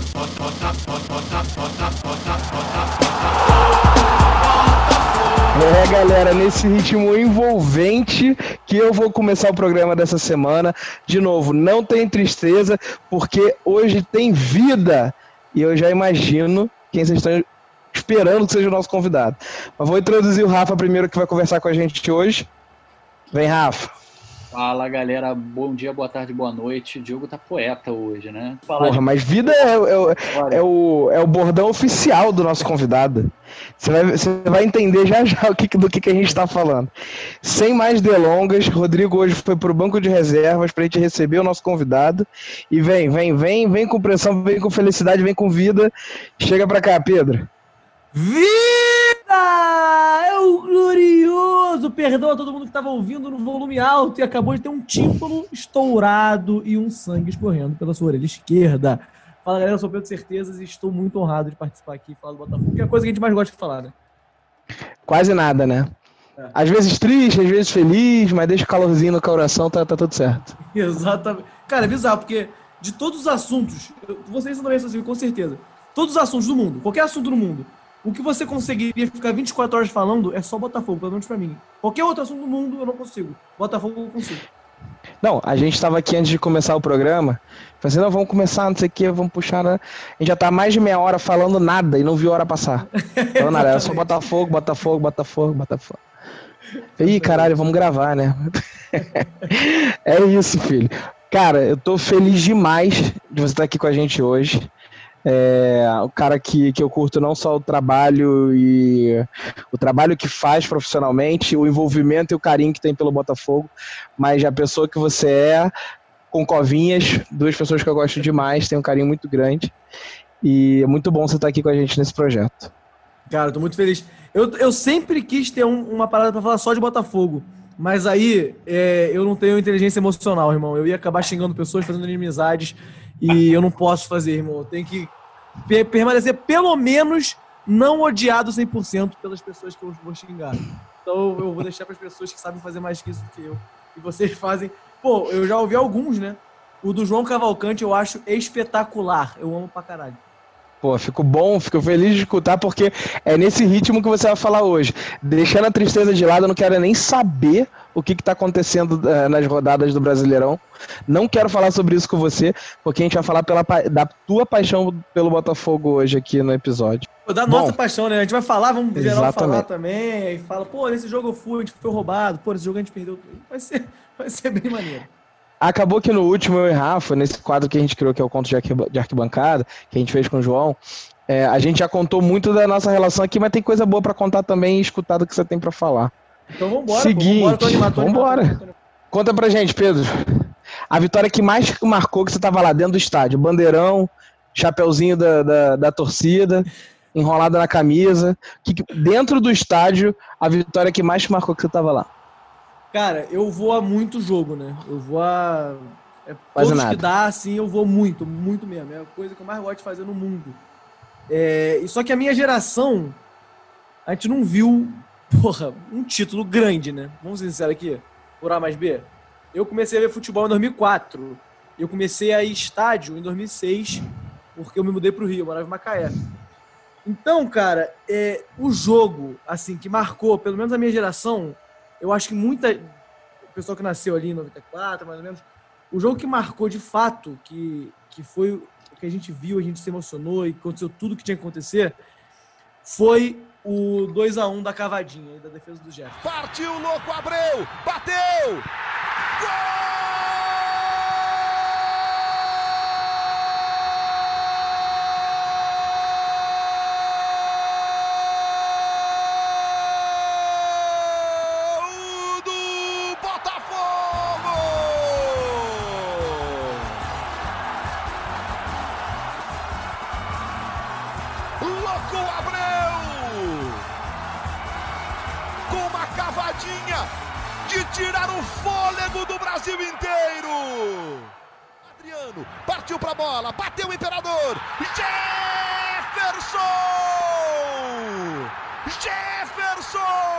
Galera, nesse ritmo envolvente que eu vou começar o programa dessa semana. De novo, não tem tristeza, porque hoje tem vida. E eu já imagino quem vocês estão esperando que seja o nosso convidado. Mas vou introduzir o Rafa primeiro, que vai conversar com a gente hoje. Vem, Rafa. Fala, galera. Bom dia, boa tarde, boa noite. O Diogo tá poeta hoje, né? Porra, mas vida é o bordão oficial do nosso convidado. Você vai entender já do que a gente tá falando. Sem mais delongas, Rodrigo hoje foi pro banco de reservas pra gente receber o nosso convidado. E vem com pressão, vem com felicidade, vem com vida. Chega pra cá, Pedro. Vida! É o glorioso! Perdão a todo mundo que estava ouvindo no volume alto e acabou de ter um tímpano estourado e um sangue escorrendo pela sua orelha esquerda. Fala, galera, eu sou o Pedro Certezas e estou muito honrado de participar aqui e falar do Botafogo, que é a coisa que a gente mais gosta de falar, né? Quase nada, né? É. Às vezes triste, às vezes feliz, mas deixa o calorzinho no coração, tá tudo certo. Exatamente. Cara, é bizarro, porque de todos os assuntos, vocês não assim, com certeza, todos os assuntos do mundo, qualquer assunto do mundo, o que você conseguiria ficar 24 horas falando é só Botafogo, pelo menos pra mim. Qualquer outro assunto do mundo eu não consigo. Botafogo eu consigo. Não, a gente tava aqui antes de começar o programa, falei assim, não, vamos começar, não sei o que, vamos puxar, né? A gente já tá mais de meia hora falando nada e não viu a hora passar. Falando nada, era só Botafogo. Ih, caralho, vamos gravar, né? É isso, filho. Cara, eu tô feliz demais de você estar aqui com a gente hoje. O cara que eu curto não só o trabalho que faz profissionalmente, o envolvimento e o carinho que tem pelo Botafogo, mas a pessoa que você é, com covinhas, duas pessoas que eu gosto demais, tem um carinho muito grande, e é muito bom você estar aqui com a gente nesse projeto. Cara, eu tô muito feliz. Eu sempre quis ter uma parada pra falar só de Botafogo, mas aí eu não tenho inteligência emocional, irmão. Eu ia acabar xingando pessoas, fazendo inimizades, e eu não posso fazer, irmão. Eu tenho que permanecer, pelo menos, não odiado 100% pelas pessoas que eu vou xingar. Então eu vou deixar para as pessoas que sabem fazer mais que isso do que eu. E vocês fazem... Pô, eu já ouvi alguns, né? O do João Cavalcante eu acho espetacular. Eu amo pra caralho. Pô, fico feliz de escutar, porque é nesse ritmo que você vai falar hoje. Deixando a tristeza de lado, eu não quero nem saber o que tá acontecendo nas rodadas do Brasileirão. Não quero falar sobre isso com você, porque a gente vai falar da tua paixão pelo Botafogo hoje aqui no episódio. Da nossa paixão, né? A gente vai falar, vamos geral falar também. E fala, pô, nesse jogo eu fui, a gente foi roubado, pô, nesse jogo a gente perdeu. Vai ser bem maneiro. Acabou que no último, eu e Rafa, nesse quadro que a gente criou, que é o Conto de Arquibancada, que a gente fez com o João, a gente já contou muito da nossa relação aqui, mas tem coisa boa pra contar também e escutar do que você tem pra falar. Então vambora, Seguinte, tô animado. Conta pra gente, Pedro, a vitória que mais marcou, que você tava lá dentro do estádio, bandeirão, chapeuzinho da torcida, enrolada na camisa, dentro do estádio, a vitória que mais marcou que você tava lá. Cara, eu vou a muito jogo, né? Eu vou a... Quase todos nada. que dá, assim, eu vou muito mesmo. É a coisa que eu mais gosto de fazer no mundo. Só que a minha geração, a gente não viu, um título grande, né? Vamos ser sinceros aqui, por A mais B. Eu comecei a ver futebol em 2004. Eu comecei a ir estádio em 2006, porque eu me mudei pro Rio, eu morava em Macaé. Então, cara, o jogo, assim, que marcou, pelo menos a minha geração... Eu acho que o pessoal que nasceu ali em 94, mais ou menos, o jogo que marcou de fato, que foi o que a gente viu, a gente se emocionou e aconteceu tudo que tinha que acontecer, foi o 2-1 da cavadinha, da defesa do Jefferson. Partiu, louco, Abreu! Bateu! Gol! De tirar o fôlego do Brasil inteiro. Adriano partiu pra bola, bateu o Imperador. Jefferson!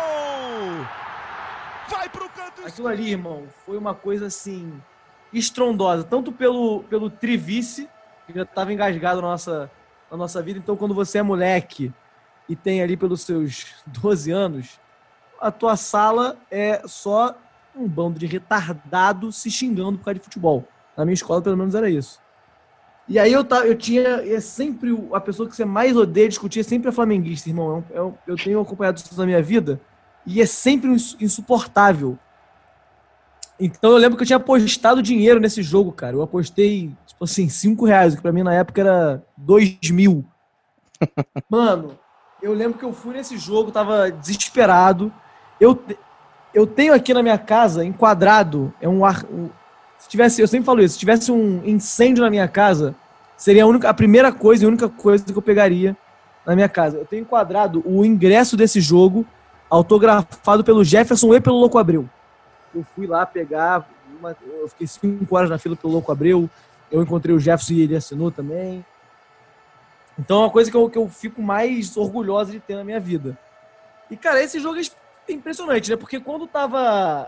Vai pro canto. Aquilo ali, irmão, foi uma coisa assim estrondosa, tanto pelo trivice já estava engasgado na nossa vida. Então, quando você é moleque e tem ali pelos seus 12 anos, a tua sala é só um bando de retardado se xingando por causa de futebol. Na minha escola, pelo menos, era isso. E aí eu tinha sempre a pessoa que você mais odeia discutir, é sempre a flamenguista, irmão. Eu tenho acompanhado isso na minha vida e é sempre insuportável. Então eu lembro que eu tinha apostado dinheiro nesse jogo, cara. Eu apostei, tipo assim, R$5, que pra mim na época era 2.000. Mano, eu lembro que eu fui nesse jogo, tava desesperado. Eu tenho aqui na minha casa, enquadrado, se tivesse, eu sempre falo isso, se tivesse um incêndio na minha casa, seria a primeira coisa e a única coisa que eu pegaria na minha casa. Eu tenho enquadrado o ingresso desse jogo, autografado pelo Jefferson e pelo Louco Abreu. Eu fui lá pegar, eu fiquei 5 horas na fila pelo Louco Abreu, eu encontrei o Jefferson e ele assinou também. Então é uma coisa que eu fico mais orgulhosa de ter na minha vida. E, cara, esse jogo é impressionante, né? Porque quando tava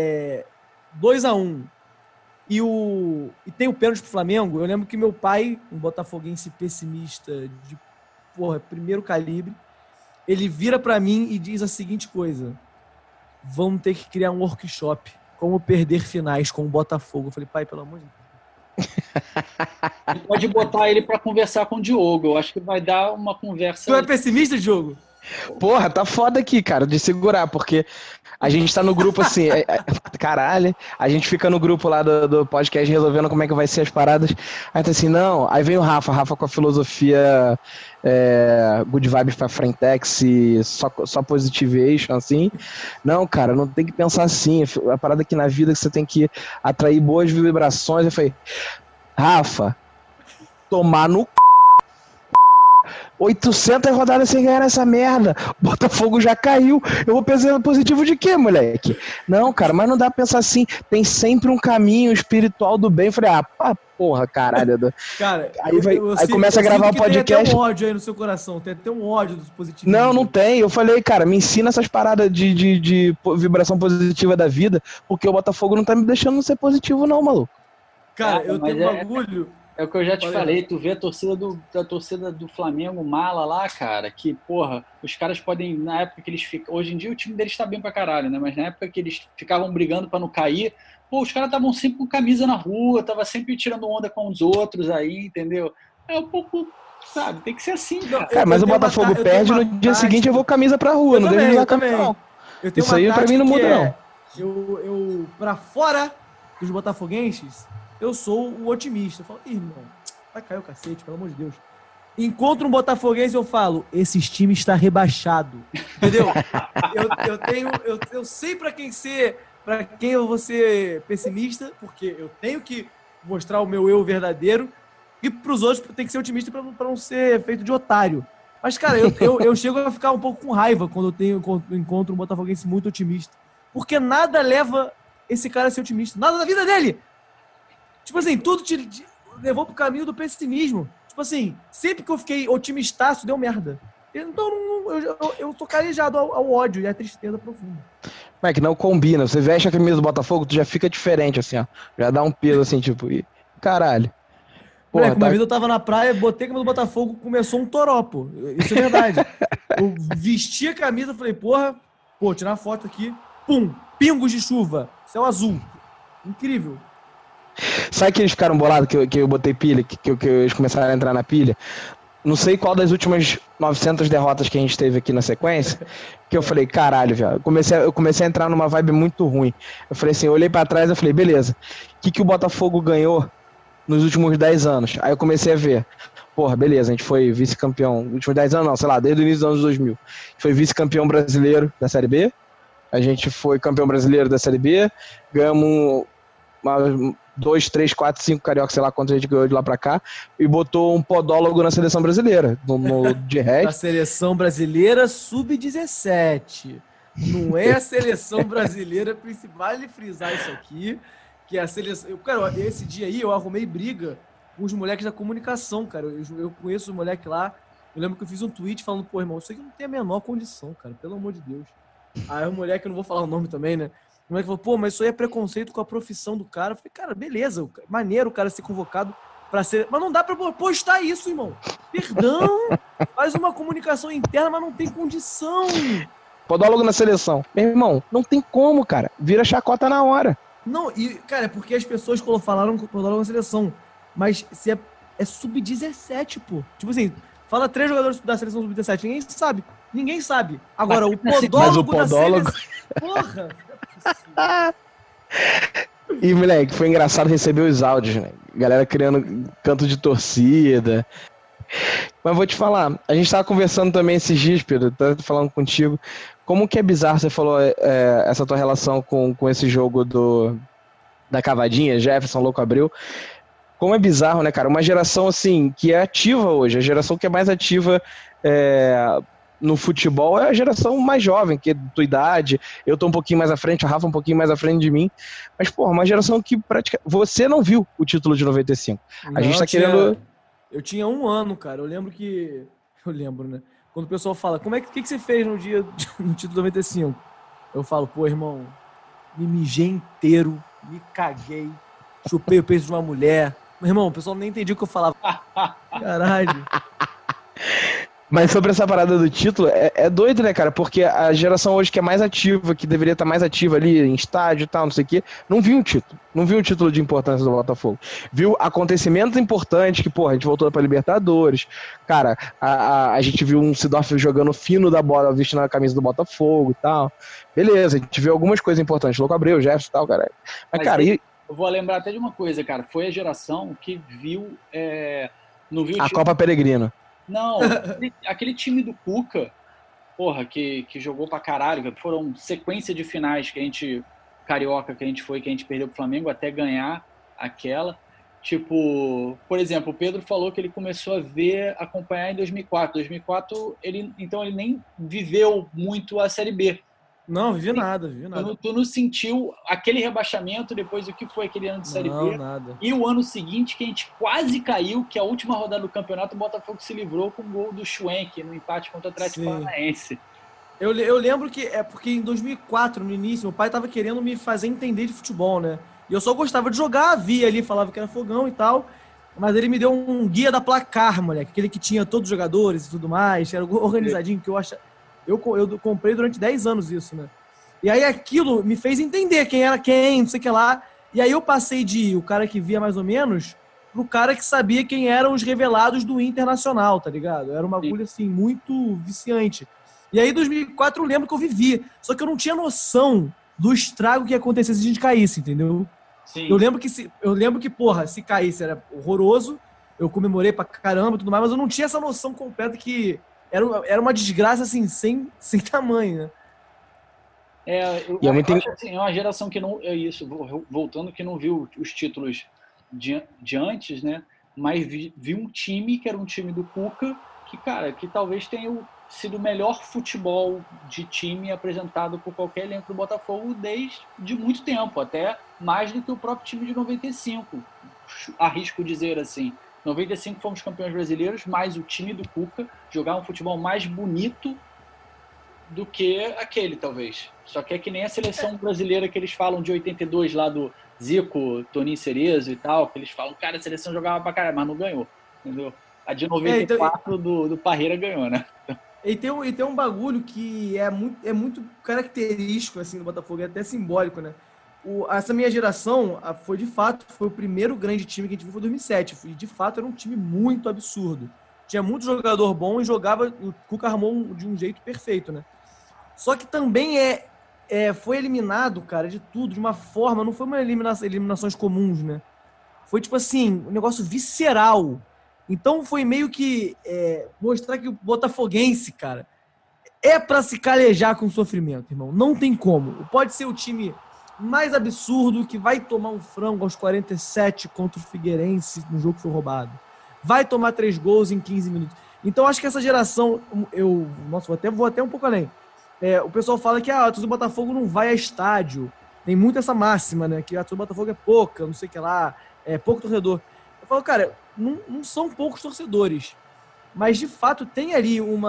2-1 e tem o pênalti pro Flamengo, eu lembro que meu pai, um botafoguense pessimista de, primeiro calibre, ele vira pra mim e diz a seguinte coisa: vamos ter que criar um workshop, como perder finais com o Botafogo. Eu falei, pai, pelo amor de Deus. Pode botar ele pra conversar com o Diogo, eu acho que vai dar uma conversa... Tu é pessimista, Diogo? Porra, tá foda aqui, cara, de segurar, porque a gente tá no grupo assim, caralho, a gente fica no grupo lá do podcast resolvendo como é que vai ser as paradas, aí tá assim, não, aí vem o Rafa com a filosofia good vibes pra frentex e só positivation, assim, não, cara, não tem que pensar assim, a parada aqui na vida que você tem que atrair boas vibrações. Eu falei, Rafa, tomar no 800 rodadas sem ganhar essa merda. Botafogo já caiu. Eu vou pensar positivo de quê, moleque? Não, cara, mas não dá pra pensar assim. Tem sempre um caminho espiritual do bem. Eu falei, porra, caralho. Cara, aí começa a gravar o podcast. Tem até um ódio aí no seu coração. Tem até um ódio dos positivos. Não tem. Eu falei, cara, me ensina essas paradas de vibração positiva da vida, porque o Botafogo não tá me deixando ser positivo, não, maluco. Cara, eu tenho um bagulho... É o que eu já te falei, tu vê a torcida do Flamengo mala lá, cara, que, porra, os caras podem, na época que eles ficam... Hoje em dia o time deles tá bem pra caralho, né? Mas na época que eles ficavam brigando pra não cair, os caras estavam sempre com camisa na rua, tava sempre tirando onda com os outros aí, entendeu? É um pouco, sabe, tem que ser assim, cara. Mas o Botafogo perde, no dia seguinte eu vou camisa pra rua, não deixa de usar camisa. Isso aí pra mim não muda, não. Eu, pra fora dos botafoguenses, eu sou o otimista. Eu falo, irmão, vai cair o cacete, pelo amor de Deus. Encontro um botafoguense, eu falo, esse time está rebaixado. Entendeu? Eu sei pra quem eu vou ser pessimista, porque eu tenho que mostrar o meu eu verdadeiro, e pros outros tem que ser otimista pra não ser feito de otário. Mas, cara, eu chego a ficar um pouco com raiva quando eu encontro um botafoguense muito otimista. Porque nada leva esse cara a ser otimista. Nada da vida dele! Tipo assim, tudo te levou pro caminho do pessimismo. Tipo assim, sempre que eu fiquei otimistaço, deu merda. Então eu tô calejado ao ódio e à tristeza profunda. Mas que não combina. Você veste a camisa do Botafogo, tu já fica diferente, assim, ó. Já dá um peso, assim, tipo, caralho. Porra, moleque, uma vez eu tava na praia, botei a camisa do Botafogo, começou um toró, pô. Isso é verdade. Eu vesti a camisa, falei, tirar foto aqui. Pum, pingos de chuva, céu azul. Incrível. Sabe que eles ficaram bolados que eu botei pilha, que eles começaram a entrar na pilha? Não sei qual das últimas 900 derrotas que a gente teve aqui na sequência, que eu falei, caralho, velho. Eu comecei a entrar numa vibe muito ruim. Eu falei assim, eu olhei pra trás e falei, beleza, o que o Botafogo ganhou nos últimos 10 anos? Aí eu comecei a ver, porra, beleza, a gente foi vice-campeão, nos últimos 10 anos não, sei lá, desde o início dos anos 2000. Foi vice-campeão brasileiro da Série B, a gente foi campeão brasileiro da Série B, ganhamos 2, 3, 4, 5 carioca, sei lá quanto a gente ganhou de lá pra cá, e botou um podólogo na seleção brasileira, de resto. A seleção brasileira sub-17. Não é a seleção brasileira principal. Vale frisar isso aqui, que a seleção... Cara, esse dia aí eu arrumei briga com os moleques da comunicação, cara. Eu conheço os moleques lá, eu lembro que eu fiz um tweet falando, pô, irmão, isso aqui não tem a menor condição, cara, pelo amor de Deus. Aí o moleque, eu não vou falar o nome também, né? O moleque falou, pô, mas isso aí é preconceito com a profissão do cara. Eu falei, cara, beleza, maneiro o cara ser convocado pra ser... Mas não dá pra postar isso, irmão. Perdão, faz uma comunicação interna, mas não tem condição. Podólogo na seleção. Meu irmão, não tem como, cara. Vira chacota na hora. Não, e, cara, é porque as pessoas falaram podólogo na seleção. Mas se é sub-17, pô. Tipo assim, fala 3 jogadores da seleção sub-17, ninguém sabe. Agora, o podólogo da seleção... Porra! E, moleque, foi engraçado receber os áudios, né? Galera criando canto de torcida. Mas vou te falar, a gente tava conversando também esses dias, Pedro, tá falando contigo, como que é bizarro, você falou essa tua relação com esse jogo da cavadinha, Jefferson, Louco Abreu. Como é bizarro, né, cara? Uma geração, assim, que é ativa hoje, a geração que é mais ativa no futebol é a geração mais jovem, que é da tua idade, eu tô um pouquinho mais à frente, a Rafa um pouquinho mais à frente de mim, mas, porra, uma geração que praticamente... Você não viu o título de 95. A gente tá querendo... Eu tinha 1 ano, cara, eu lembro, né? Quando o pessoal fala, que você fez no título de 95? Eu falo, pô, irmão, me mijei inteiro, me caguei, chupei o peito de uma mulher. Meu irmão, o pessoal nem entendia o que eu falava. Caralho. Mas sobre essa parada do título, é doido, né, cara? Porque a geração hoje que é mais ativa, que deveria estar mais ativa ali em estádio e tal, não sei o quê, não viu um título. Não viu um título de importância do Botafogo. Viu acontecimentos importantes, que, porra, a gente voltou pra Libertadores. Cara, a gente viu um Sidorf jogando fino da bola, vestindo a camisa do Botafogo e tal. Beleza, a gente viu algumas coisas importantes. Louco Abreu, Jefferson e tal, cara. Mas cara, eu vou lembrar até de uma coisa, cara. Foi a geração que viu... não viu a Copa Peregrino. Não, aquele time do Cuca, porra, que jogou pra caralho, foram sequência de finais que a gente perdeu pro Flamengo até ganhar aquela. Tipo, por exemplo, o Pedro falou que ele começou a acompanhar em 2004. 2004, ele nem viveu muito a Série B. Não, vivi nada. Tu não sentiu aquele rebaixamento depois do que foi aquele ano de Série B? Nada. E o ano seguinte, que a gente quase caiu, que a última rodada do campeonato, o Botafogo se livrou com o gol do Schwenk no empate contra o Atlético Paranaense. Eu lembro que porque em 2004, no início, meu pai tava querendo me fazer entender de futebol, né? E eu só gostava de jogar, via ali, falava que era fogão e tal, mas ele me deu um guia da Placar, moleque, aquele que tinha todos os jogadores e tudo mais, era organizadinho, que eu acho... Eu comprei durante 10 anos isso, né? E aí aquilo me fez entender quem era quem, não sei o que lá. E aí eu passei de o cara que via mais ou menos pro cara que sabia quem eram os revelados do Internacional, tá ligado? Era uma agulha, assim, muito viciante. E aí em 2004 eu lembro que eu vivi. Só que eu não tinha noção do estrago que ia acontecer se a gente caísse, entendeu? Sim. Eu lembro que, porra, se caísse era horroroso. Eu comemorei pra caramba e tudo mais, mas eu não tinha essa noção completa que... Era uma desgraça, assim, sem tamanho, né? Eu acho assim, é uma geração que não... É isso, voltando, que não viu os títulos de antes, né? Mas viu um time que era um time do Cuca, que talvez tenha sido o melhor futebol de time apresentado por qualquer elenco do Botafogo desde muito tempo, até mais do que o próprio time de 95. Arrisco dizer assim. 95 fomos campeões brasileiros, mas o time do Cuca jogava um futebol mais bonito do que aquele, talvez. Só que é que nem a seleção brasileira que eles falam de 82 lá do Zico, Toninho Cerezo e tal, que eles falam, cara, a seleção jogava pra caralho, mas não ganhou, entendeu? A de 94 do Parreira ganhou, né? E tem um bagulho que é muito característico, assim, do Botafogo, é até simbólico, né? Essa minha geração foi o primeiro grande time que a gente viu, foi 2007. E de fato era um time muito absurdo. Tinha muito jogador bom e jogava. O Cuca armou de um jeito perfeito, né? Só que também foi eliminado, cara, de tudo, de uma forma. Não foi uma eliminações comuns, né? Foi tipo assim, um negócio visceral. Então foi meio que mostrar que o botafoguense, cara, é pra se calejar com sofrimento, irmão. Não tem como. Pode ser o time mais absurdo, que vai tomar um frango aos 47 contra o Figueirense no jogo que foi roubado. Vai tomar 3 gols em 15 minutos. Então, acho que essa geração... vou até um pouco além. O pessoal fala que a torcida do Botafogo não vai a estádio. Tem muito essa máxima, né? Que a torcida do Botafogo é pouca, não sei o que lá. É pouco torcedor. Eu falo, cara, não são poucos torcedores. Mas, de fato, tem ali um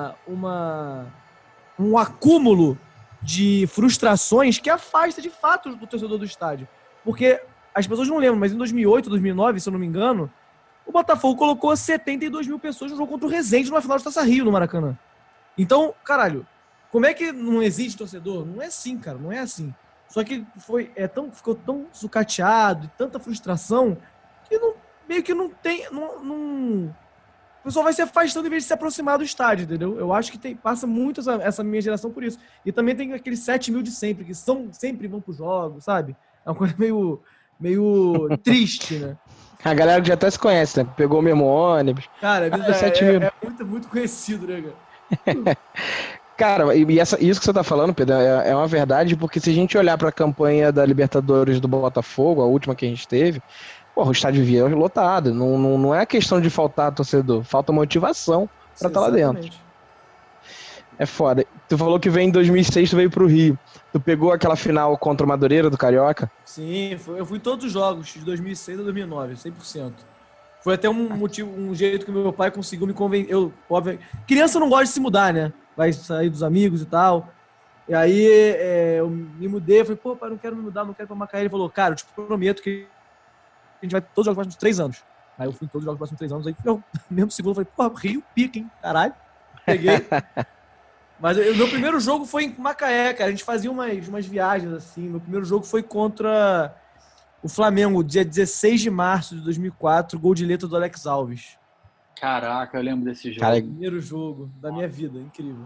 acúmulo de frustrações que afasta de fato do torcedor do estádio. Porque as pessoas não lembram, mas em 2008, 2009, se eu não me engano, o Botafogo colocou 72 mil pessoas no jogo contra o Resende numa final de Taça Rio, no Maracanã. Então, caralho, como é que não existe torcedor? Não é assim, cara, não é assim. Só que ficou tão sucateado, e tanta frustração, que meio que não tem... O pessoal vai se afastando em vez de se aproximar do estádio, entendeu? Eu acho que passa muito essa minha geração por isso. E também tem aqueles 7 mil de sempre, que sempre vão pro jogo, sabe? É uma coisa meio triste, né? A galera que já até se conhece, né? Pegou o mesmo ônibus. Cara, é muito, muito conhecido, né, cara? Cara, isso que você tá falando, Pedro, é uma verdade, porque se a gente olhar pra campanha da Libertadores do Botafogo, a última que a gente teve, porra, o estádio via lotado. Não é questão de faltar torcedor, falta motivação pra estar lá dentro. É foda. Tu falou que veio em 2006, tu veio pro Rio. Tu pegou aquela final contra o Madureira do Carioca? Sim, eu fui em todos os jogos, de 2006 a 2009, 100%. Foi até um jeito que meu pai conseguiu me convencer. Criança não gosta de se mudar, né? Vai sair dos amigos e tal. E aí eu me mudei, eu falei, pô, pai, não quero me mudar, não quero ir pra Macaé. Ele falou, cara, eu te prometo que a gente vai todos os jogos nos próximos 3 anos. Aí eu fui em todos os jogos nos próximos 3 anos. Aí eu, mesmo segundo, falei, pô, Rio pica, hein? Caralho. Peguei. Mas o meu primeiro jogo foi em Macaé, cara. A gente fazia umas viagens, assim. Meu primeiro jogo foi contra o Flamengo, dia 16 de março de 2004, gol de letra do Alex Alves. Caraca, eu lembro desse jogo. Cara, primeiro jogo da minha vida, incrível.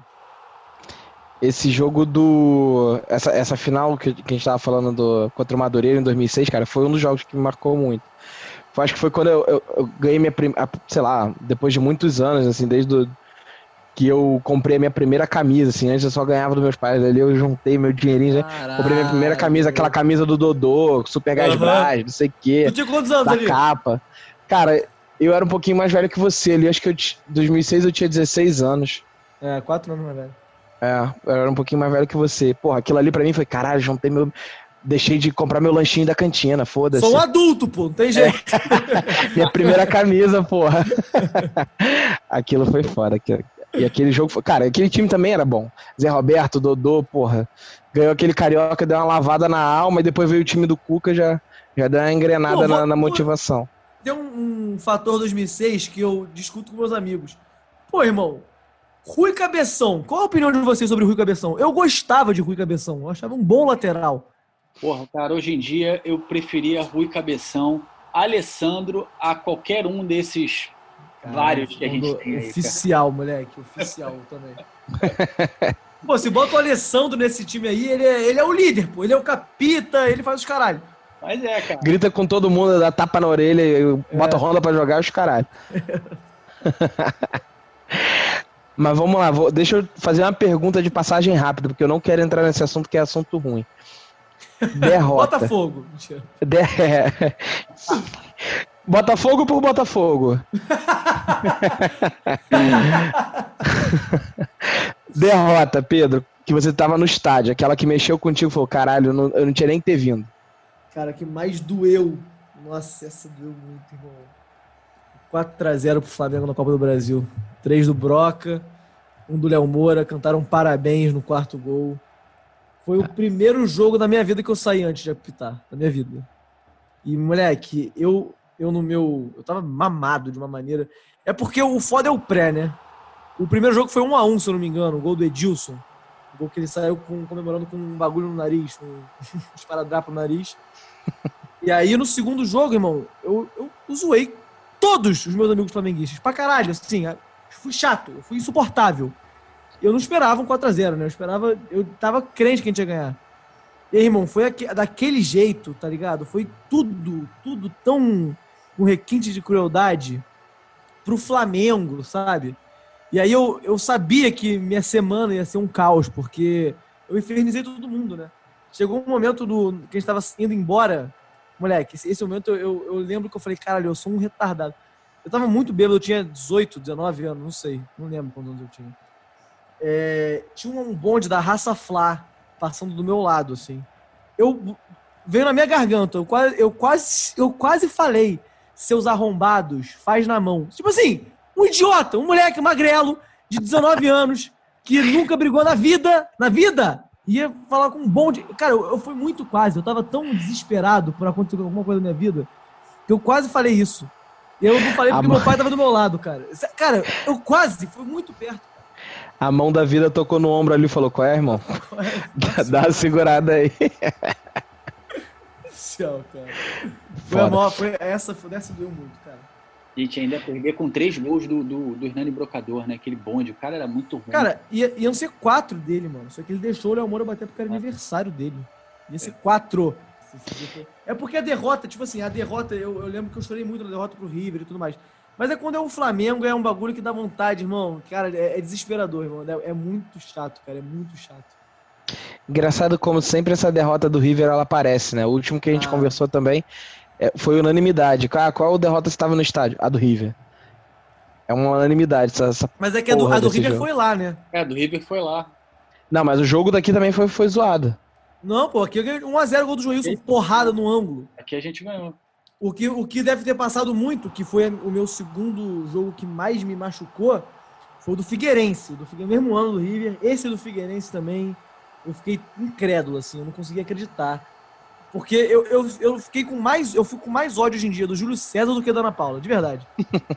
Esse jogo essa final que a gente tava falando contra o Madureira em 2006, cara, foi um dos jogos que me marcou muito. Acho que foi quando eu ganhei minha primeira, sei lá, depois de muitos anos, assim, desde que eu comprei a minha primeira camisa, assim, antes eu só ganhava dos meus pais, ali eu juntei meu dinheirinho, né? Comprei minha primeira camisa, aquela camisa do Dodô, Super Gás Brás, não sei o quê. Tu tinha quantos anos ali? Da capa. Cara, eu era um pouquinho mais velho que você ali, acho que em 2006 eu tinha 16 anos. 4 anos mais velho. Eu era um pouquinho mais velho que você. Porra, aquilo ali pra mim foi, caralho, deixei de comprar meu lanchinho da cantina, foda-se. Sou um adulto, pô, não tem jeito. Minha primeira camisa, porra. Aquilo foi foda. E aquele jogo foi... Cara, aquele time também era bom. Zé Roberto, Dodô, porra. Ganhou aquele Carioca, deu uma lavada na alma, e depois veio o time do Cuca, já deu uma engrenada na motivação. Tem um fator 2006 que eu discuto com meus amigos. Pô, irmão, Rui Cabeção. Qual a opinião de vocês sobre o Rui Cabeção? Eu gostava de Rui Cabeção. Eu achava um bom lateral. Porra, cara, hoje em dia eu preferia Rui Cabeção, Alessandro a qualquer um desses vários que a gente tem aí. Oficial, cara. Moleque, oficial também. Pô, se bota o Alessandro nesse time aí, ele é o líder, pô. Ele é o capita, ele faz os caralho. Mas cara. Grita com todo mundo, dá tapa na orelha, bota ronda pra jogar os caralho. Mas vamos lá, deixa eu fazer uma pergunta de passagem rápida, porque eu não quero entrar nesse assunto, que é assunto ruim. Derrota. Botafogo. Botafogo por Botafogo. Derrota, Pedro, que você tava no estádio, aquela que mexeu contigo, falou, caralho, eu não tinha nem que ter vindo. Cara, que mais doeu. Nossa, essa doeu muito, irmão. 4-0 pro Flamengo na Copa do Brasil. 3 do Broca, 1 do Léo Moura, cantaram parabéns no 4º gol. Foi o primeiro jogo da minha vida que eu saí antes de apitar, da minha vida. E, moleque, eu tava mamado de uma maneira. É porque o foda é o pré, né? O primeiro jogo foi 1-1, se eu não me engano, o gol do Edilson. O gol que ele saiu comemorando com um bagulho no nariz, com um esparadrapo no nariz. E aí, no segundo jogo, irmão, eu zoei todos os meus amigos flamenguistas. Pra caralho, assim, fui chato, eu fui insuportável. Eu não esperava um 4-0, né? Eu tava crente que a gente ia ganhar. E aí, irmão, foi daquele jeito, tá ligado? Foi tudo tão um requinte de crueldade pro Flamengo, sabe? E aí eu sabia que minha semana ia ser um caos, porque eu infernizei todo mundo, né? Chegou um momento que a gente tava indo embora, moleque, esse momento eu lembro que eu falei, caralho, eu sou um retardado. Eu tava muito bêbado, eu tinha 18, 19 anos, não sei, não lembro quantos anos eu tinha. Tinha um bonde da Raça Flá passando do meu lado, assim. Veio na minha garganta, eu quase falei, seus arrombados, faz na mão. Tipo assim, um idiota, um moleque magrelo de 19 anos que nunca brigou na vida, ia falar com um bonde. Cara, eu fui muito quase, eu tava tão desesperado por acontecer alguma coisa na minha vida que eu quase falei isso. Eu não falei porque meu pai tava do meu lado, cara. Cara, eu quase, fui muito perto. A mão da vida tocou no ombro ali e falou, qual é, irmão? Dá uma segurada aí. Céu, cara. Essa doeu muito, cara. Gente, ainda perder com 3 gols do Hernani Brocador, né? Aquele bonde, o cara era muito ruim. Cara, iam ser 4 dele, mano. Só que ele deixou o Léo Moura bater porque era aniversário dele. Ia ser 4. É porque a derrota, tipo assim, eu lembro que eu chorei muito na derrota pro River e tudo mais. Mas é quando é o Flamengo, é um bagulho que dá vontade, irmão. Cara, é desesperador, irmão. É muito chato, cara. É muito chato. Engraçado como sempre essa derrota do River, ela aparece, né? O último que a gente conversou também foi unanimidade. Qual derrota você estava no estádio? A do River. É uma unanimidade. Mas é que a do River jogo. Foi lá, né? A do River foi lá. Não, mas o jogo daqui também foi zoado. Não, pô, aqui eu ganhei 1x0 gol do Joilson, porrada no ângulo. Aqui a gente ganhou. O que deve ter passado muito, que foi o meu segundo jogo que mais me machucou, foi o do Figueirense. Do mesmo ano do River. Esse do Figueirense também, eu fiquei incrédulo, assim, eu não conseguia acreditar. Porque eu fiquei com mais. Eu fico com mais ódio hoje em dia do Júlio César do que da Ana Paula, de verdade.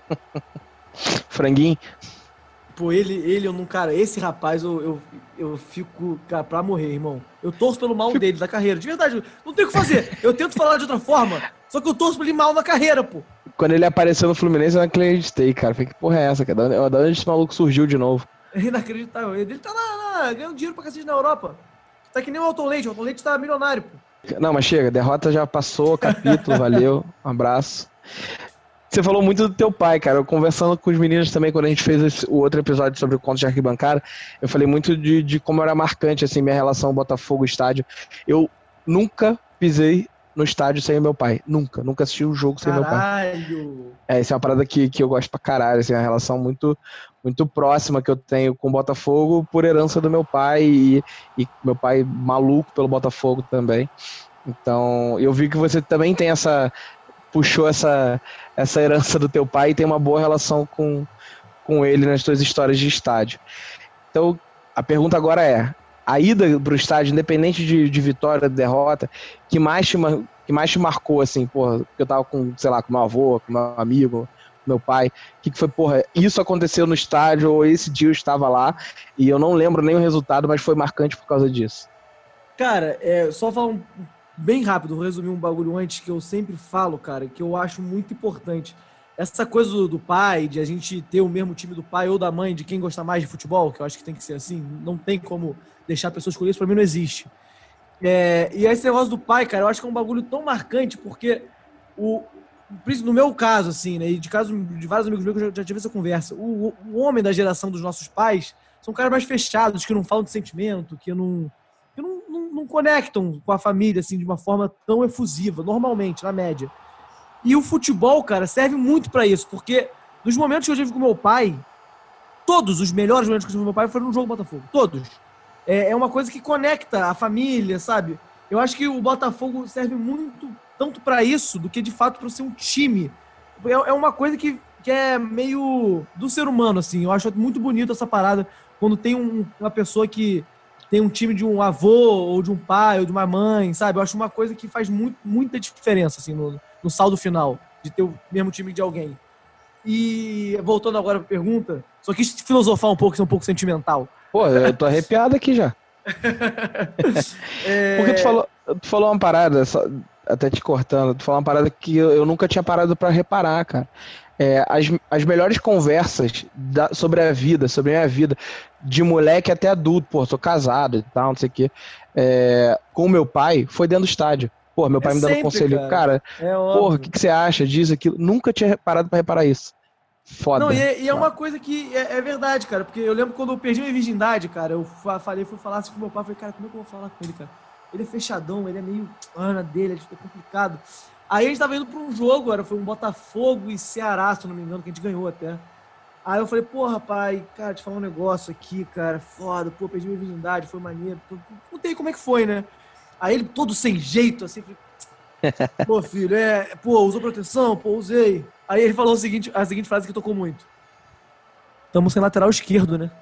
Franguinho. Pô, eu não, cara, esse rapaz eu fico, cara, pra morrer, irmão. Eu torço pelo mal dele, da carreira, de verdade, não tem o que fazer. Eu tento falar de outra forma, só que eu torço pra ele mal na carreira, pô. Quando ele apareceu no Fluminense, eu não acreditei, cara. Falei, que porra é essa, cara? Da onde esse maluco surgiu de novo? É inacreditável. Ele tá lá, ganhando dinheiro pra cacete na Europa. Tá que nem o Alton Leite tá milionário, pô. Não, mas chega, derrota já passou, capítulo, valeu, um abraço. Você falou muito do teu pai, cara. Eu conversando com os meninos também, quando a gente fez o outro episódio sobre o conto de arquibancada, eu falei muito de como era marcante, assim, minha relação Botafogo-estádio. Eu nunca pisei no estádio sem o meu pai. Nunca assisti um jogo sem meu pai. Caralho! Essa é uma parada que eu gosto pra caralho, assim, é uma relação muito, muito próxima que eu tenho com o Botafogo por herança do meu pai e meu pai maluco pelo Botafogo também. Então, eu vi que você também tem puxou essa herança do teu pai e tem uma boa relação com ele nas tuas histórias de estádio. Então, a pergunta agora é, a ida pro estádio, independente de vitória, de derrota, que mais te marcou, assim, porra, porque eu tava com, sei lá, com meu avô, com meu amigo, com meu pai, que foi, porra, isso aconteceu no estádio, ou esse dia eu estava lá, e eu não lembro nem o resultado, mas foi marcante por causa disso. Cara, só falar bem rápido, vou resumir um bagulho antes que eu sempre falo, cara, que eu acho muito importante. Essa coisa do pai, de a gente ter o mesmo time do pai ou da mãe, de quem gosta mais de futebol, que eu acho que tem que ser assim, não tem como deixar a pessoa escolher, isso pra mim não existe. E esse negócio do pai, cara, eu acho que é um bagulho tão marcante, porque no meu caso, assim, né, e de caso de vários amigos meus que eu já tive essa conversa, o homem da geração dos nossos pais são caras mais fechados, que não falam de sentimento, que não conectam com a família, assim, de uma forma tão efusiva, normalmente, na média. E o futebol, cara, serve muito pra isso, porque nos momentos que eu tive com meu pai, todos os melhores momentos que eu tive com meu pai foram no jogo do Botafogo. Todos. É uma coisa que conecta a família, sabe? Eu acho que o Botafogo serve muito, tanto pra isso, do que de fato pra ser um time. É uma coisa que é meio do ser humano, assim. Eu acho muito bonito essa parada, quando tem uma pessoa que tem um time de um avô, ou de um pai, ou de uma mãe, sabe? Eu acho uma coisa que faz muita diferença, assim, no saldo final, de ter o mesmo time de alguém. E, voltando agora pra pergunta, só quis filosofar um pouco, ser um pouco sentimental. Pô, eu tô arrepiado aqui já. Porque tu falou uma parada, até te cortando, tu falou uma parada que eu nunca tinha parado pra reparar, cara. As melhores conversas sobre a vida, sobre a minha vida, de moleque até adulto, pô, sou casado e tal, não sei o quê, com o meu pai, foi dentro do estádio. Pô, meu pai me dando sempre, conselho, cara, porra, o que você acha disso, aquilo? Nunca tinha parado pra reparar isso. Foda. Não, e é uma coisa que é verdade, cara, porque eu lembro quando eu perdi minha virgindade, cara, fui falar assim com meu pai, falei, cara, como é que eu vou falar com ele, cara? Ele é fechadão, ele é meio Ana dele, é complicado. Aí a gente tava indo pra um jogo, foi um Botafogo e Ceará, se eu não me engano, que a gente ganhou até. Aí eu falei, porra, pai, cara, te falar um negócio aqui, cara, foda, pô, perdi minha virgindade, foi maneiro. Contei como é que foi, né? Aí ele todo sem jeito, assim, falei, pô, filho, usou proteção? Pô, usei. Aí ele falou a seguinte frase que tocou muito. Estamos sem lateral esquerdo, né?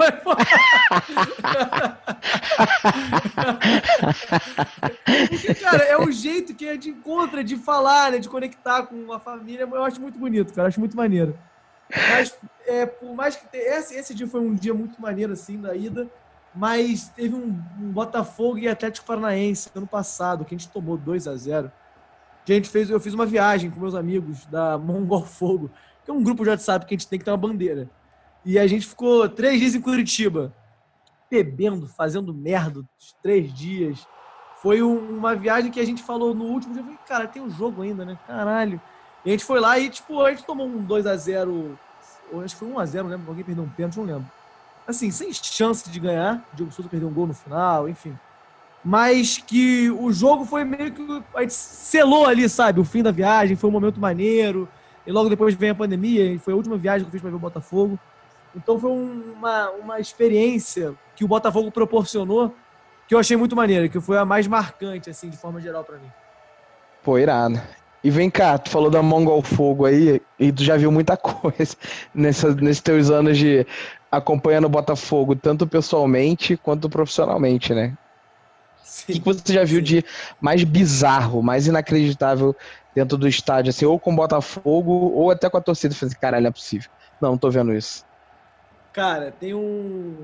Porque, cara, é o jeito que a gente encontra de falar, né? De conectar com a família. Eu acho muito bonito, cara. Eu acho muito maneiro. Mas, por mais que... Esse dia foi um dia muito maneiro, assim, da ida. Mas teve um Botafogo e Atlético Paranaense ano passado, que a gente tomou 2-0. Eu fiz uma viagem com meus amigos da Mongol Fogo, que é um grupo de WhatsApp que a gente tem que ter uma bandeira. E a gente ficou 3 dias em Curitiba, bebendo, fazendo merda, 3 dias. Foi uma viagem que a gente falou no último dia. Eu falei, cara, tem um jogo ainda, né? Caralho. E a gente foi lá e, tipo, a gente tomou um 2-0, ou acho que foi 1-0, não lembro. Alguém perdeu um pênalti, não lembro. Assim, sem chance de ganhar. O Diogo Souza perdeu um gol no final, enfim. Mas que o jogo foi meio que... A gente selou ali, sabe? O fim da viagem, foi um momento maneiro. E logo depois vem a pandemia, e foi a última viagem que eu fiz pra ver o Botafogo. Então foi uma experiência que o Botafogo proporcionou que eu achei muito maneira, que foi a mais marcante, assim, de forma geral pra mim. Pô, irado. E vem cá, tu falou da Mongol Fogo aí, e tu já viu muita coisa nesses teus anos de acompanhando o Botafogo, tanto pessoalmente quanto profissionalmente, né? O que você já viu de mais bizarro, mais inacreditável dentro do estádio, assim, ou com o Botafogo, ou até com a torcida? Falei assim, caralho, não é possível. Não tô vendo isso. Cara, tem um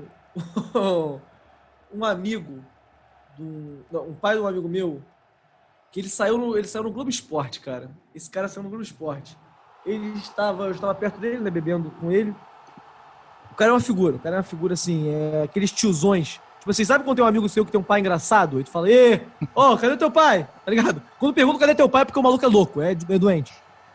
amigo, um pai de um amigo meu, que ele saiu no Globo Esporte, cara. Esse cara saiu no Globo Esporte. Eu estava perto dele, né, bebendo com ele. O cara é uma figura assim, aqueles tiozões. Tipo assim, sabe quando tem um amigo seu que tem um pai engraçado? Aí tu fala, cadê teu pai? Tá ligado? Quando pergunta cadê teu pai, é porque o maluco é louco, é doente.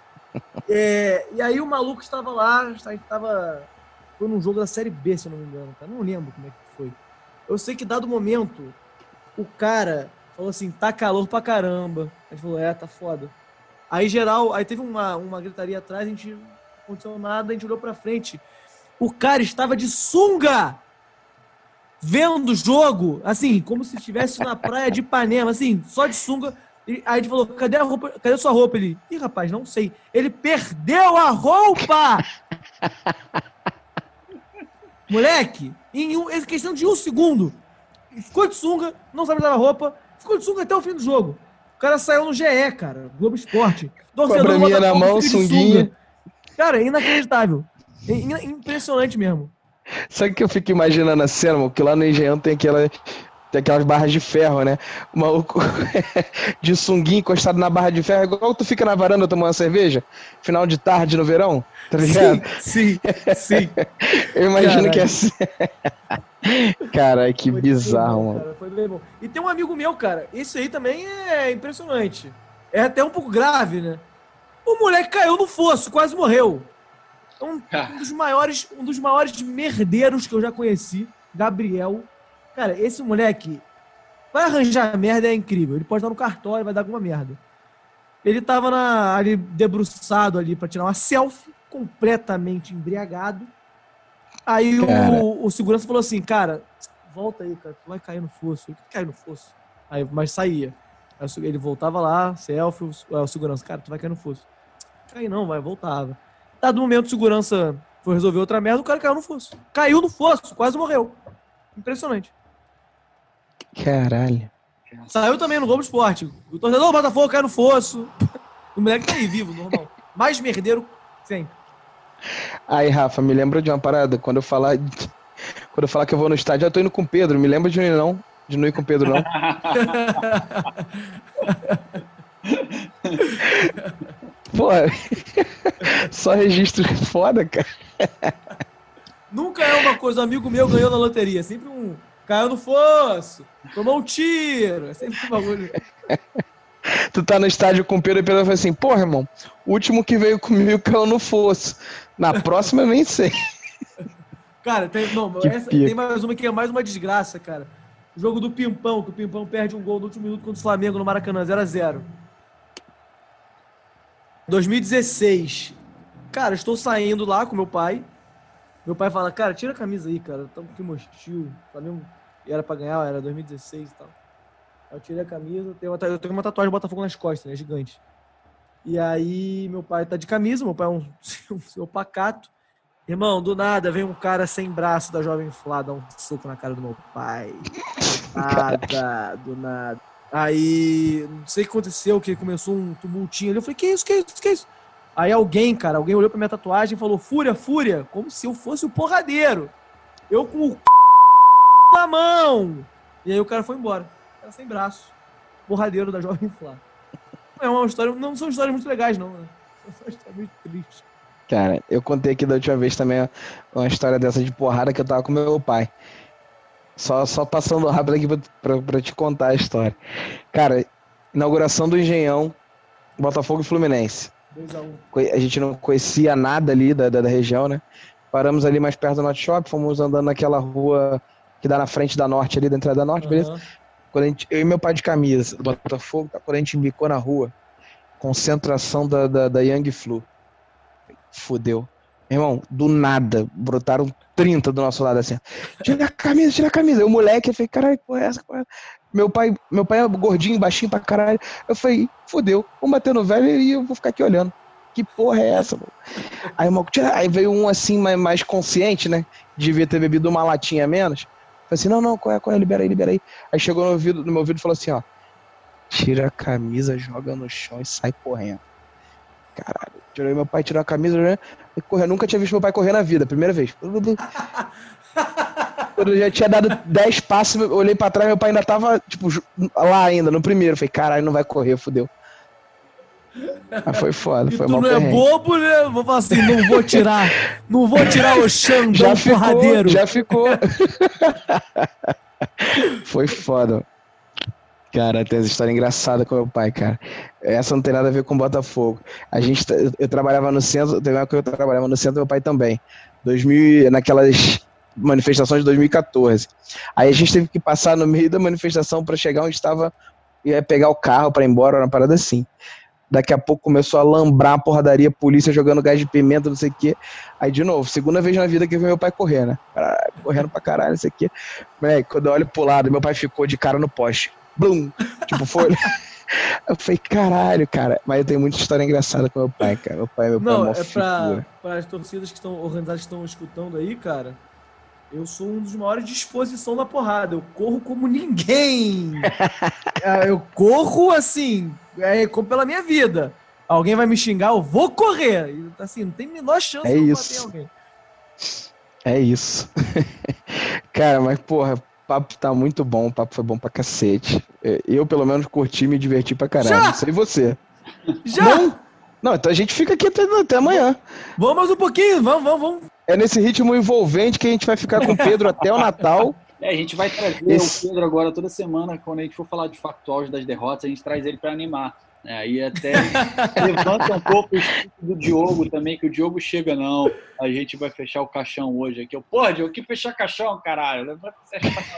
E aí o maluco estava lá, foi num jogo da Série B, se eu não me engano, cara. Não lembro como é que foi. Eu sei que, dado momento, o cara falou assim, tá calor pra caramba. A gente falou, tá foda. Aí, aí teve uma gritaria atrás, a gente não aconteceu nada, a gente olhou pra frente. O cara estava de sunga! Vendo o jogo, assim, como se estivesse na praia de Ipanema, assim, só de sunga. Aí a gente falou, cadê a roupa? Cadê a sua roupa? Ele, rapaz, não sei. Ele perdeu a roupa! Moleque, em questão de 1 segundo, ficou de sunga, não sabe usar a roupa, ficou de sunga até o fim do jogo. O cara saiu no GE, cara, Globo Esporte. Torcedor do na mão, sunguinha. Cara, é inacreditável. É impressionante mesmo. Sabe que eu fico imaginando a cena, mano? Que lá no Engenhão tem aquelas barras de ferro, né? O maluco de sunguinha encostado na barra de ferro, igual tu fica na varanda tomando uma cerveja, final de tarde no verão, tá ligado? Sim. Eu imagino que é assim. Cara, que foi bizarro, bom, mano. Cara, foi bem bom. E tem um amigo meu, cara, esse aí também é impressionante. É até um pouco grave, né? O moleque caiu no fosso, quase morreu. Um dos maiores merdeiros que eu já conheci, Gabriel. Cara, esse moleque vai arranjar merda, é incrível. Ele pode estar no cartório, vai dar alguma merda. Ele tava ali debruçado ali pra tirar uma selfie, completamente embriagado. Aí o segurança falou assim, cara, volta aí, cara, tu vai cair no fosso. Ele caiu no fosso. Aí, mas saía. Aí ele voltava lá, selfie, o segurança, cara, tu vai cair no fosso. Cai não, voltava. Dado momento, o segurança foi resolver outra merda, o cara caiu no fosso. Caiu no fosso, quase morreu. Impressionante. Caralho. Saiu também no Globo Esporte. O torcedor do Botafogo caiu no fosso. O moleque tá aí vivo, normal. Mais merdeiro sempre. Aí, Rafa, me lembra de uma parada. Quando eu falar que eu vou no estádio, eu tô indo com o Pedro. Me lembra de não ir com o Pedro, não. Pô, só registro foda, cara. Nunca é uma coisa, um amigo meu ganhou na loteria. Sempre caiu no fosso, tomou um tiro. É sempre um bagulho. Tu tá no estádio com o Pedro e o Pedro fala assim, porra, irmão, o último que veio comigo caiu no fosso. Na próxima eu nem sei. Cara, tem mais uma que é mais uma desgraça, cara. O jogo do Pimpão, que o Pimpão perde um gol no último minuto contra o Flamengo no Maracanã, 0-0. 2016. Cara, estou saindo lá com meu pai. Meu pai fala, cara, tira a camisa aí, cara. Estamos aqui hostil. O Flamengo era pra ganhar, era 2016 e tal. Eu tirei a camisa, eu tenho uma tatuagem do Botafogo nas costas, né? Gigante. E aí, meu pai tá de camisa, meu pai é um senhor pacato. Irmão, do nada vem um cara sem braço da Jovem Flá dar um soco na cara do meu pai. Do nada. Aí, não sei o que aconteceu, que começou um tumultinho ali. Eu falei, que isso? Aí alguém olhou pra minha tatuagem e falou, Fúria, Fúria, como se eu fosse o porradeiro. Eu com o na mão. E aí o cara foi embora. O cara sem braço. Porradeiro da Jovem Flá. É uma história, não são histórias muito legais, não. Né? São histórias muito tristes. Cara, eu contei aqui da última vez também uma história dessa de porrada que eu tava com meu pai. Só passando rápido aqui pra te contar a história. Cara, inauguração do Engenhão, Botafogo e Fluminense. 2-1. A gente não conhecia nada ali da região, né? Paramos ali mais perto do Norte Shop, fomos andando naquela rua que dá na frente da Norte ali, da entrada da Norte, beleza? Quando eu e meu pai de camisa do Botafogo, quando a gente embicou na rua, concentração da Young Flu. Fudeu. Irmão, do nada, brotaram 30 do nosso lado assim. Tira a camisa. O moleque, eu falei, caralho, que porra é essa? Meu pai é gordinho, baixinho pra caralho. Eu falei, fudeu, vamos bater no velho e eu vou ficar aqui olhando. Que porra é essa, mano? Aí, irmão, aí veio um assim, mais consciente, né? Devia ter bebido uma latinha a menos. Falei assim, não, qual é? Libera aí. Aí chegou no meu ouvido e falou assim, ó. Tira a camisa, joga no chão e sai correndo. Caralho. Tirou meu pai, tirou a camisa, né? E correu. Nunca tinha visto meu pai correr na vida, primeira vez. Eu já tinha dado 10 passos, olhei pra trás, meu pai ainda tava, tipo, lá ainda, no primeiro. Falei, caralho, não vai correr, fudeu. Mas foi foda, foi mal. Tu não é bobo, né? Vou falar assim, não vou tirar o Xandão porradeiro. Já ficou. Foi foda. Cara, tem essa história engraçada com meu pai, cara. Essa não tem nada a ver com Botafogo. Eu trabalhava no centro, teve uma época que eu trabalhava no centro, meu pai também. Naquelas manifestações de 2014. Aí a gente teve que passar no meio da manifestação para chegar onde estava, ia pegar o carro para ir embora, uma parada assim. Daqui a pouco começou a lambrar a porradaria, polícia jogando gás de pimenta, não sei o quê. Aí, de novo, segunda vez na vida que eu vi meu pai correr, né? Correndo pra caralho, não sei o quê. Moleque, quando eu olho pro lado, meu pai ficou de cara no poste. Blum! Tipo, foi... Eu falei, caralho, cara. Mas eu tenho muita história engraçada com meu pai, cara. Meu pai é uma figura. Pra as torcidas que estão organizadas, que estão escutando aí, cara, eu sou um dos maiores de exposição na porrada. Eu corro como ninguém. Eu corro assim, pela minha vida. Alguém vai me xingar, eu vou correr. Assim, não tem a menor chance de eu bater alguém. É isso. Cara, mas porra, o papo tá muito bom, o papo foi bom pra cacete. Eu, pelo menos, curti e me diverti pra caralho. Já? Não sei você. Já? Não, então a gente fica aqui até amanhã. Vamos mais um pouquinho, vamos. É nesse ritmo envolvente que a gente vai ficar com o Pedro até o Natal. A gente vai trazer o Pedro agora toda semana, quando a gente for falar de factual das derrotas, a gente traz ele pra animar. Aí até levanta um pouco o espírito do Diogo também, que o Diogo chega, não, a gente vai fechar o caixão hoje aqui. Porra, Diogo, que fechar caixão, caralho? Levanta essa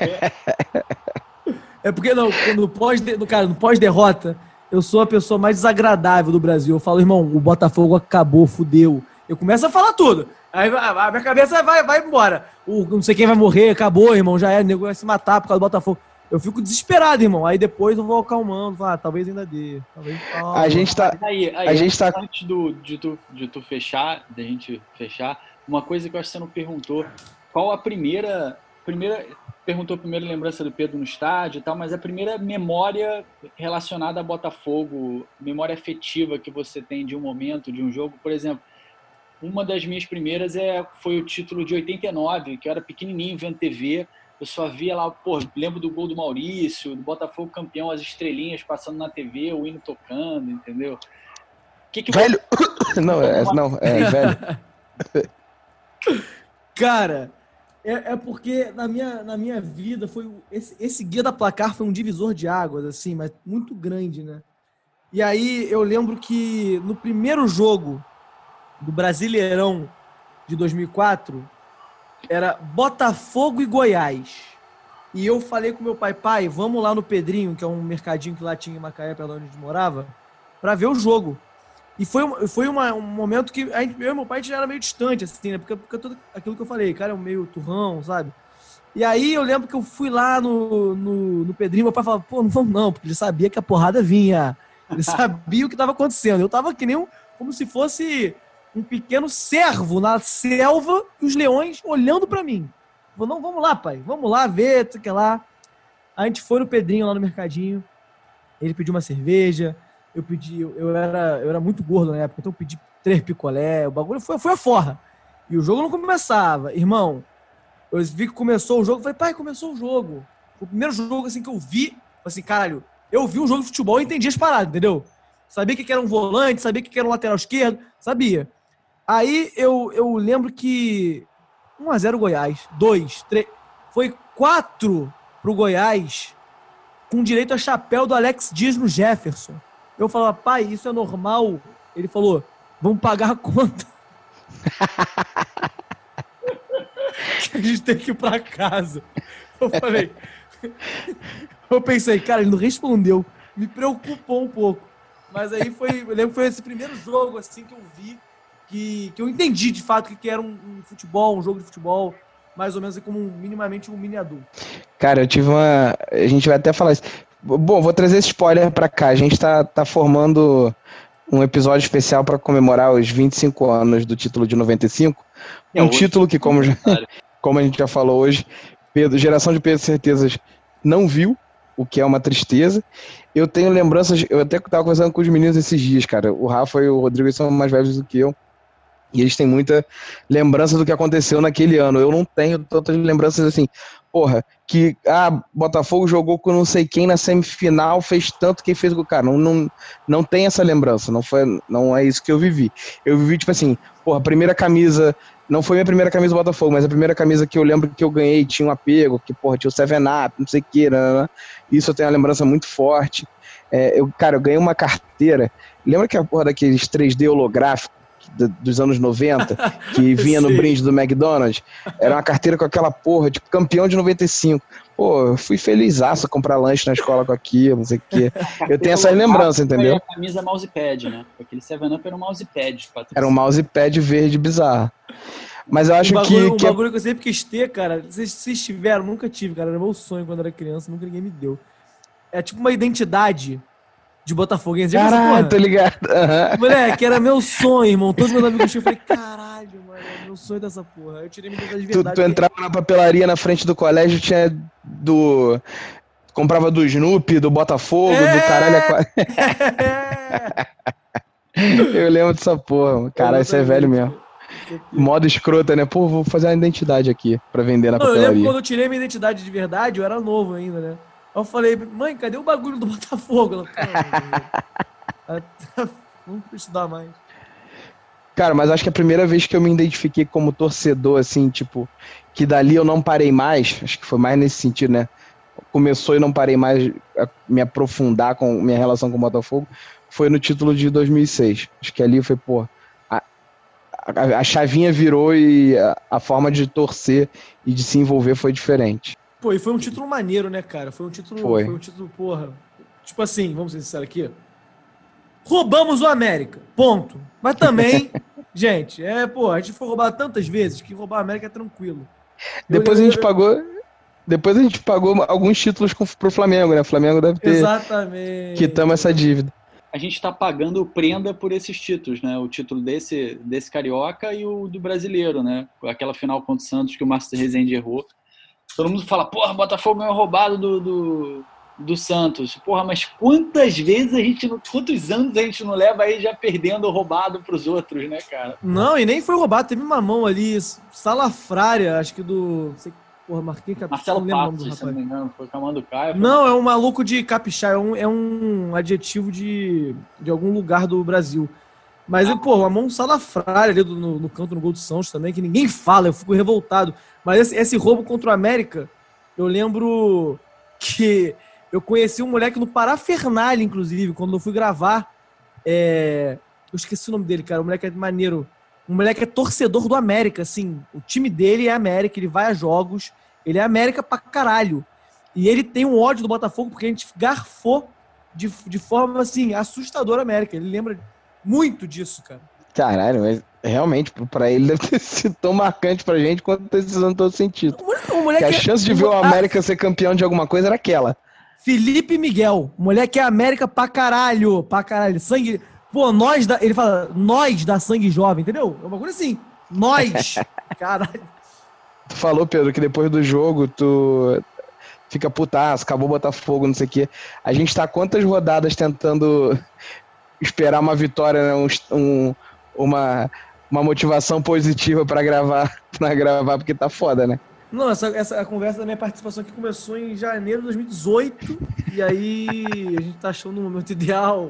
É porque no pós-derrota, eu sou a pessoa mais desagradável do Brasil. Eu falo, irmão, o Botafogo acabou, fudeu. Eu começo a falar tudo. Aí a minha cabeça vai embora. Não sei quem vai morrer, acabou, irmão, já o nego vai se matar por causa do Botafogo. Eu fico desesperado, irmão. Aí depois eu vou acalmando. Talvez ainda dê. A gente tá... Antes de tu fechar, da gente fechar, uma coisa que eu acho que você não perguntou. Qual a primeira perguntou a primeira lembrança do Pedro no estádio e tal, mas a primeira memória relacionada a Botafogo, memória afetiva que você tem de um momento, de um jogo, por exemplo, uma das minhas primeiras foi o título de 89, que eu era pequenininho vendo TV, eu só via lá, lembro do gol do Maurício, do Botafogo campeão, as estrelinhas passando na TV, o hino tocando, entendeu? Velho! Não, velho. Cara, é porque na minha vida foi esse Guia da Placar foi um divisor de águas, assim, mas muito grande, né? E aí eu lembro que no primeiro jogo do Brasileirão de 2004 era Botafogo e Goiás. E eu falei com meu pai, vamos lá no Pedrinho, que é um mercadinho que lá tinha em Macaé, pela onde a gente morava, pra ver o jogo. E foi um momento que eu e meu pai já era meio distante, assim, né? Porque tudo aquilo que eu falei, cara, é um meio turrão, sabe? E aí eu lembro que eu fui lá no Pedrinho, meu pai falava, não vamos não, porque ele sabia que a porrada vinha. Ele sabia o que estava acontecendo. Eu tava que nem como se fosse um pequeno cervo na selva e os leões olhando pra mim. Falei, não, vamos lá, pai. Vamos lá ver, sei que lá. A gente foi no Pedrinho lá no mercadinho. Ele pediu uma cerveja. Eu era muito gordo na época, então eu pedi 3 picolé. O bagulho foi a forra. E o jogo não começava. Irmão, eu vi que começou o jogo. Falei, pai, começou o jogo. O primeiro jogo assim que eu vi, assim, caralho, eu vi um jogo de futebol e entendi as paradas, entendeu? Sabia que era um volante, sabia que era um lateral esquerdo, sabia. Aí eu lembro que 1-0 Goiás, 2, 3, foi 4 pro Goiás, com direito a chapéu do Alex Dias no Jefferson. Eu falava, pai, isso é normal? Ele falou, vamos pagar a conta. Que a gente tem que ir pra casa. Eu falei, eu pensei, cara, ele não respondeu. Me preocupou um pouco. Mas aí eu lembro que foi esse primeiro jogo assim que eu vi, que eu entendi de fato que era um futebol, um jogo de futebol, mais ou menos como minimamente um mini adulto. Cara, eu tive uma... A gente vai até falar isso. Bom, vou trazer esse spoiler pra cá. A gente tá formando um episódio especial pra comemorar os 25 anos do título de 95. Um título que, como a gente já falou hoje, geração de Pedro Certezas não viu, o que é uma tristeza. Eu tenho lembranças, eu até estava conversando com os meninos esses dias, cara. O Rafa e o Rodrigo são mais velhos do que eu. E eles têm muita lembrança do que aconteceu naquele ano. Eu não tenho tantas lembranças assim. Porra, que Botafogo jogou com não sei quem na semifinal, fez tanto que fez o cara. Não tem essa lembrança. Não é isso que eu vivi. Eu vivi, tipo assim, porra, a primeira camisa. Não foi minha primeira camisa do Botafogo, mas a primeira camisa que eu lembro que eu ganhei tinha um apego, que, porra, tinha o 7-Up, não sei o que, né? Isso eu tenho uma lembrança muito forte. Eu ganhei uma carteira. Lembra que a porra daqueles 3D holográficos dos anos 90, que vinha no brinde do McDonald's? Era uma carteira com aquela porra, tipo, campeão de 95. Pô, eu fui felizaço comprar lanche na escola com aquilo, não sei o quê. Eu tenho essa lembrança, entendeu? A camisa mousepad, né? Aquele 7-Up era um mousepad. Era um mousepad verde bizarro. Mas eu acho um que... bagulho que eu sempre quis ter, cara, vocês tiveram, nunca tive, cara, era meu sonho quando era criança, nunca ninguém me deu. É tipo uma identidade de botafoguense. Caralho, tô ligado. Uhum. Moleque, era meu sonho, irmão. Todos meus amigos tinham, eu falei, caralho, mano, é meu sonho dessa porra. Eu tirei minha identidade de verdade. Tu entrava na papelaria na frente do colégio, tinha comprava do Snoopy, do Botafogo, do caralho. Eu lembro dessa porra. Caralho, isso é velho mesmo. Modo escrota, né? Pô, vou fazer uma identidade aqui pra vender na papelaria. Eu lembro quando eu tirei minha identidade de verdade, eu era novo ainda, né? Aí eu falei, mãe, cadê o bagulho do Botafogo? Ela, não precisa estudar mais. Cara, mas acho que a primeira vez que eu me identifiquei como torcedor, assim, tipo, que dali eu não parei mais, acho que foi mais nesse sentido, né? Começou e não parei mais a me aprofundar com minha relação com o Botafogo, foi no título de 2006. Acho que ali foi, pô, a chavinha virou e a forma de torcer e de se envolver foi diferente. Pô, e foi um título maneiro, né, cara? Foi um título, porra. Tipo assim, vamos ser sinceros aqui. Roubamos o América, ponto. Mas também, gente, a gente foi roubado tantas vezes que roubar o América é tranquilo. Depois a gente pagou alguns títulos pro Flamengo, né? O Flamengo deve ter. Exatamente. Quitamos essa dívida. A gente tá pagando prenda por esses títulos, né? O título desse Carioca e o do Brasileiro, né? Aquela final contra o Santos que o Márcio Rezende errou. Todo mundo fala, porra, Botafogo ganhou roubado do Santos. Porra, mas quantas anos a gente não leva aí já perdendo roubado pros outros, né, cara? Não, e nem foi roubado. Teve uma mão ali, salafrária, acho que do... Não sei, porra, Marquinhos Capixaba. Marcelo Pato, se não me engano, foi com a mão do Caio. Não, é um maluco de Capixaba, é um adjetivo de algum lugar do Brasil. Mas, pô, uma mão salafrária ali no canto, no gol do Santos também, que ninguém fala, eu fico revoltado. Mas esse roubo contra o América, eu lembro que eu conheci um moleque no Parafernália, inclusive, quando eu fui gravar. Eu esqueci o nome dele, cara, o moleque é maneiro. O moleque é torcedor do América, assim, o time dele é América, ele vai a jogos, ele é América pra caralho. E ele tem um ódio do Botafogo porque a gente garfou de forma, assim, assustadora a América. Ele lembra muito disso, cara. Caralho, mas realmente, pra ele deve ter sido tão marcante pra gente quanto decisão em todo sentido. Porque a chance de ver o América ser campeão de alguma coisa era aquela. Felipe Miguel, moleque é América pra caralho, sangue Pô, ele fala, nós da Sangue Jovem, entendeu? É uma coisa assim. Nós. Caralho. Tu falou, Pedro, que depois do jogo tu fica putaço, acabou o Botafogo, não sei o quê. A gente tá quantas rodadas tentando esperar uma vitória, né? Uma motivação positiva pra gravar, porque tá foda, né? Não, essa conversa da minha participação aqui começou em janeiro de 2018, e aí a gente tá achando um momento ideal.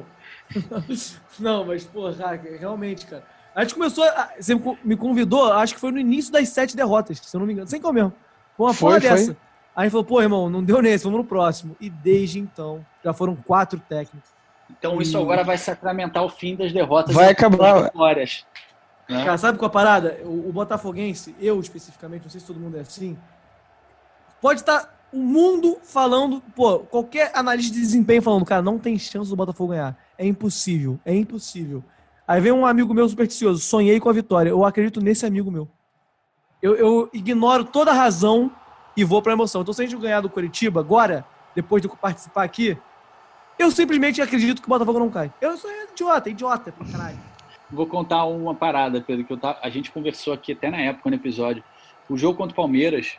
Não, mas, porra, realmente, cara. A gente começou, você me convidou, acho que foi no início das 7 derrotas, se eu não me engano, sem qual mesmo. Foi uma porra dessa. Aí a gente falou, pô, irmão, não deu nesse, vamos no próximo. E desde então, já foram 4 técnicos. Então isso agora vai sacramentar o fim das derrotas. Vai acabar. Das vitórias. Né? Cara, sabe qual a parada? O Botafoguense, eu especificamente, não sei se todo mundo é assim, pode estar o mundo falando, pô, qualquer analista de desempenho falando, cara, não tem chance do Botafogo ganhar. É impossível, é impossível. Aí vem um amigo meu supersticioso, sonhei com a vitória. Eu acredito nesse amigo meu. Eu ignoro toda a razão e vou pra emoção. Então se a gente ganhar do Coritiba agora, depois de eu participar aqui, eu simplesmente acredito que o Botafogo não cai. Eu sou idiota pra caralho. Vou contar uma parada, Pedro, que a gente conversou aqui até na época, no episódio. O jogo contra o Palmeiras,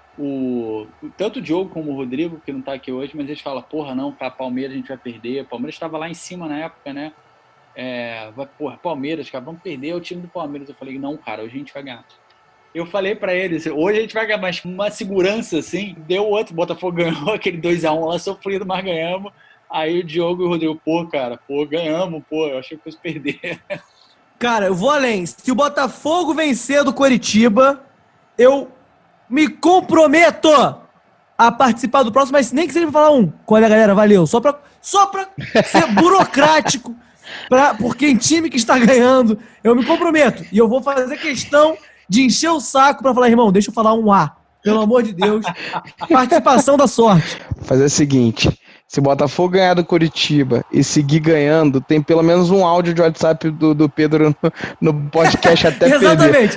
tanto o Diogo como o Rodrigo, que não tá aqui hoje, mas eles falam, porra, não, cara, Palmeiras a gente vai perder. O Palmeiras estava lá em cima na época, né? Porra, Palmeiras, cara, vamos perder o time do Palmeiras. Eu falei, não, cara, hoje a gente vai ganhar. Eu falei pra eles, hoje a gente vai ganhar, mas com uma segurança, assim, deu outro, Botafogo ganhou aquele 2-1 lá, sofrido, mas ganhamos. Aí o Diogo e o Rodrigo, ganhamos, eu achei que fosse perder. Cara, eu vou além. Se o Botafogo vencer do Coritiba, eu me comprometo a participar do próximo, mas nem que seja pra falar olha, galera, valeu. Só pra ser burocrático, porque em time que está ganhando, eu me comprometo. E eu vou fazer questão de encher o saco pra falar, irmão, deixa eu falar um A. Pelo amor de Deus. Participação da sorte. Fazer o seguinte, se o Botafogo ganhar do Coritiba e seguir ganhando, tem pelo menos um áudio de WhatsApp do Pedro no podcast até Exatamente.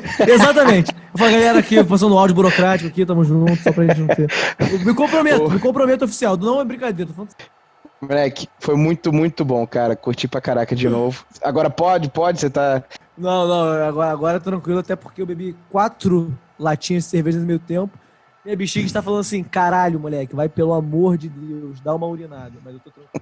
Eu falo, galera, aqui, passando o áudio burocrático aqui, tamo junto, só pra gente não ter. Eu me comprometo oficial, não é brincadeira. Tô falando... Moleque, foi muito, muito bom, cara. Curti pra caraca de novo. Agora pode, você tá... Não, agora tranquilo, até porque eu bebi 4 latinhas de cerveja no meio tempo. Minha bexiga está falando assim, caralho, moleque, vai pelo amor de Deus, dá uma urinada. Mas eu tô tranquilo.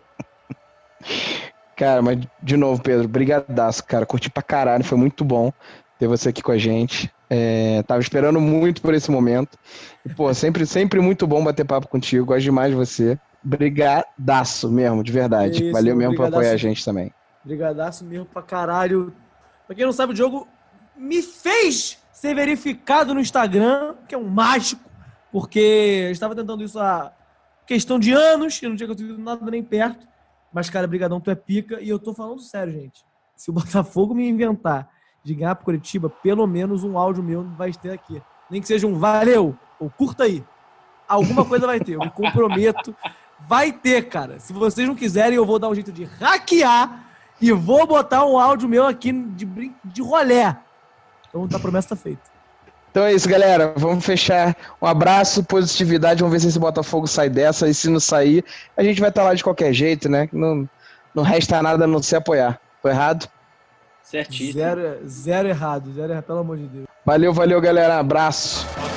Cara, mas de novo, Pedro, brigadaço, cara. Curti pra caralho, foi muito bom ter você aqui com a gente. Tava esperando muito por esse momento. E, pô, sempre muito bom bater papo contigo. Gosto demais de você. Brigadaço mesmo, de verdade. Valeu mesmo por apoiar a gente também. Brigadaço mesmo pra caralho. Pra quem não sabe, o Diogo me fez ser verificado no Instagram, que é um mágico, porque eu estava tentando isso há questão de anos e não tinha conseguido nada nem perto. Mas, cara, brigadão, tu é pica. E eu tô falando sério, gente. Se o Botafogo me inventar de ganhar pro Coritiba, pelo menos um áudio meu vai ter aqui. Nem que seja um valeu, ou curta aí. Alguma coisa vai ter, eu me comprometo. Vai ter, cara. Se vocês não quiserem, eu vou dar um jeito de hackear e vou botar um áudio meu aqui de rolé. Então a promessa tá feita. Então é isso, galera. Vamos fechar. Um abraço, positividade. Vamos ver se esse Botafogo sai dessa. E se não sair, a gente vai estar lá de qualquer jeito, né? Não resta nada a não se apoiar. Foi errado? Certíssimo. Zero errado, pelo amor de Deus. Valeu, galera. Abraço.